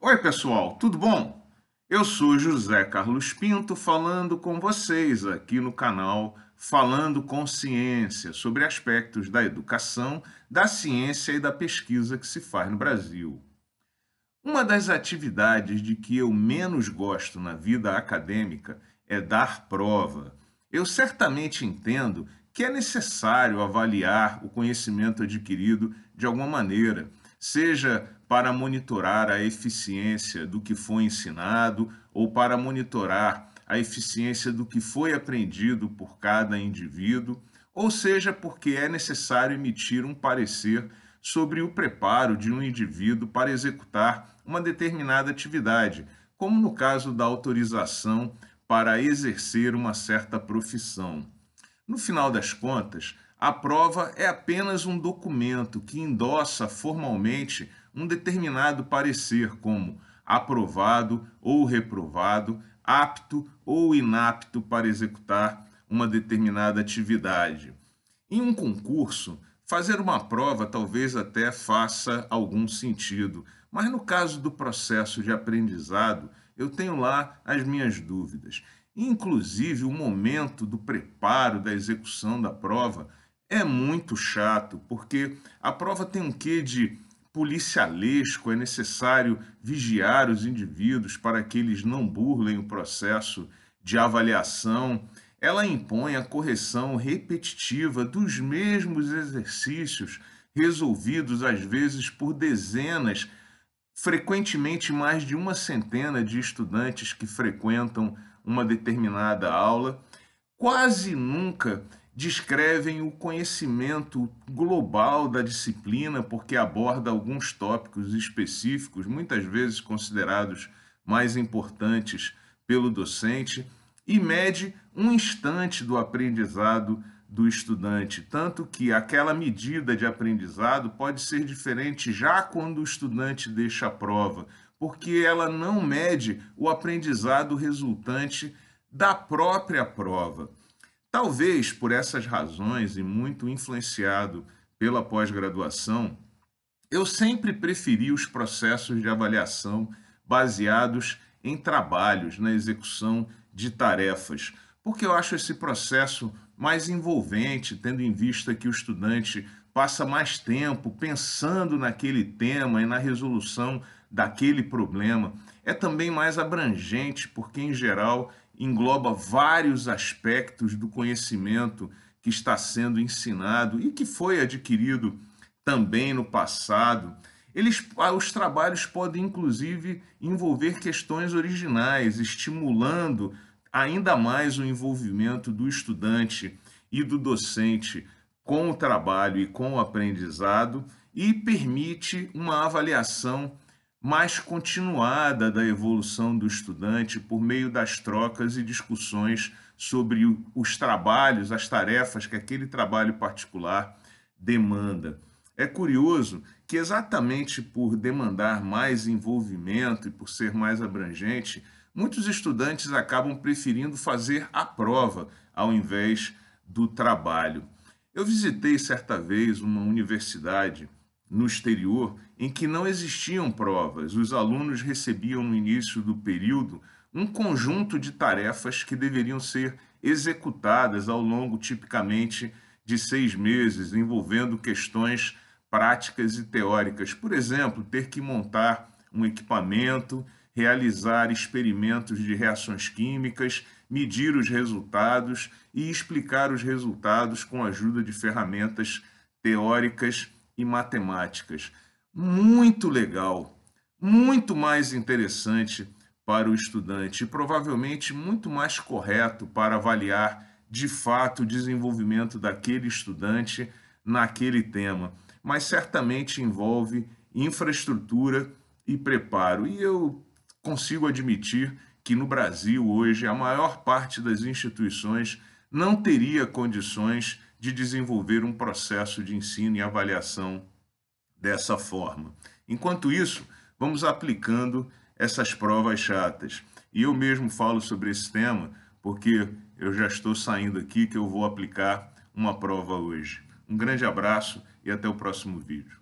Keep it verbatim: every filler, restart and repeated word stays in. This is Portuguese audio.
Oi, pessoal, tudo bom? Eu sou José Carlos Pinto falando com vocês aqui no canal Falando com Ciência, sobre aspectos da educação, da ciência e da pesquisa que se faz no Brasil. Uma das atividades de que eu menos gosto na vida acadêmica é dar prova. Eu certamente entendo que é necessário avaliar o conhecimento adquirido de alguma maneira, seja para monitorar a eficiência do que foi ensinado ou para monitorar a eficiência do que foi aprendido por cada indivíduo, ou seja, porque é necessário emitir um parecer sobre o preparo de um indivíduo para executar uma determinada atividade, como no caso da autorização para exercer uma certa profissão. No final das contas, a prova é apenas um documento que endossa formalmente um determinado parecer, como aprovado ou reprovado, apto ou inapto para executar uma determinada atividade. Em um concurso, fazer uma prova talvez até faça algum sentido, mas no caso do processo de aprendizado, eu tenho lá as minhas dúvidas. Inclusive, o momento do preparo da execução da prova é muito chato, porque a prova tem um quê de policialesco, é necessário vigiar os indivíduos para que eles não burlem o processo de avaliação. Ela impõe a correção repetitiva dos mesmos exercícios, resolvidos às vezes por dezenas, frequentemente mais de uma centena de estudantes que frequentam uma determinada aula. Quase nunca descrevem o conhecimento global da disciplina, porque aborda alguns tópicos específicos, muitas vezes considerados mais importantes pelo docente, e mede um instante do aprendizado do estudante, tanto que aquela medida de aprendizado pode ser diferente já quando o estudante deixa a prova, porque ela não mede o aprendizado resultante da própria prova. Talvez por essas razões e muito influenciado pela pós-graduação, eu sempre preferi os processos de avaliação baseados em trabalhos, na execução de tarefas, porque eu acho esse processo mais envolvente, tendo em vista que o estudante passa mais tempo pensando naquele tema e na resolução daquele problema. É também mais abrangente, porque, em geral, engloba vários aspectos do conhecimento que está sendo ensinado e que foi adquirido também no passado. Eles, os trabalhos podem, inclusive, envolver questões originais, estimulando ainda mais o envolvimento do estudante e do docente com o trabalho e com o aprendizado e permite uma avaliação mais continuada da evolução do estudante por meio das trocas e discussões sobre os trabalhos, as tarefas que aquele trabalho particular demanda. É curioso que, exatamente por demandar mais envolvimento e por ser mais abrangente, muitos estudantes acabam preferindo fazer a prova ao invés do trabalho. Eu visitei certa vez uma universidade no exterior em que não existiam provas. Os alunos recebiam no início do período um conjunto de tarefas que deveriam ser executadas ao longo, tipicamente, de seis meses, envolvendo questões práticas e teóricas. Por exemplo, ter que montar um equipamento, realizar experimentos de reações químicas, medir os resultados e explicar os resultados com a ajuda de ferramentas teóricas e matemáticas. Muito legal, muito mais interessante para o estudante e provavelmente muito mais correto para avaliar de fato o desenvolvimento daquele estudante naquele tema, mas certamente envolve infraestrutura e preparo. E eu consigo admitir que no Brasil hoje a maior parte das instituições não teria condições de desenvolver um processo de ensino e avaliação dessa forma. Enquanto isso, vamos aplicando essas provas chatas. E eu mesmo falo sobre esse tema porque eu já estou saindo aqui que eu vou aplicar uma prova hoje. Um grande abraço e até o próximo vídeo.